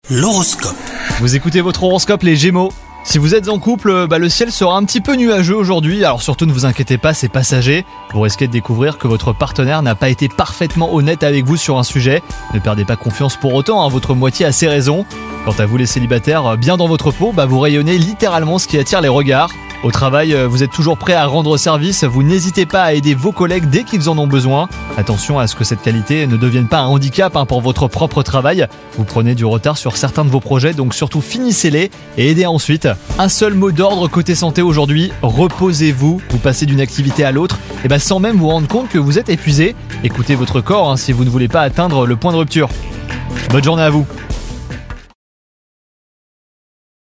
L'horoscope. Vous écoutez votre horoscope les Gémeaux. Si vous êtes en couple, le ciel sera un petit peu nuageux aujourd'hui, alors surtout ne vous inquiétez pas, c'est passager. Vous risquez de découvrir que votre partenaire n'a pas été parfaitement honnête avec vous sur un sujet. Ne perdez pas confiance pour autant, votre moitié a ses raisons. Quant à vous les célibataires, bien dans votre peau, vous rayonnez littéralement ce qui attire les regards. Au travail, vous êtes toujours prêt à rendre service, vous n'hésitez pas à aider vos collègues dès qu'ils en ont besoin. Attention à ce que cette qualité ne devienne pas un handicap pour votre propre travail. Vous prenez du retard sur certains de vos projets, donc surtout finissez-les et aidez ensuite. Un seul mot d'ordre côté santé aujourd'hui, reposez-vous. Vous passez d'une activité à l'autre sans même vous rendre compte que vous êtes épuisé. Écoutez votre corps si vous ne voulez pas atteindre le point de rupture. Bonne journée à vous.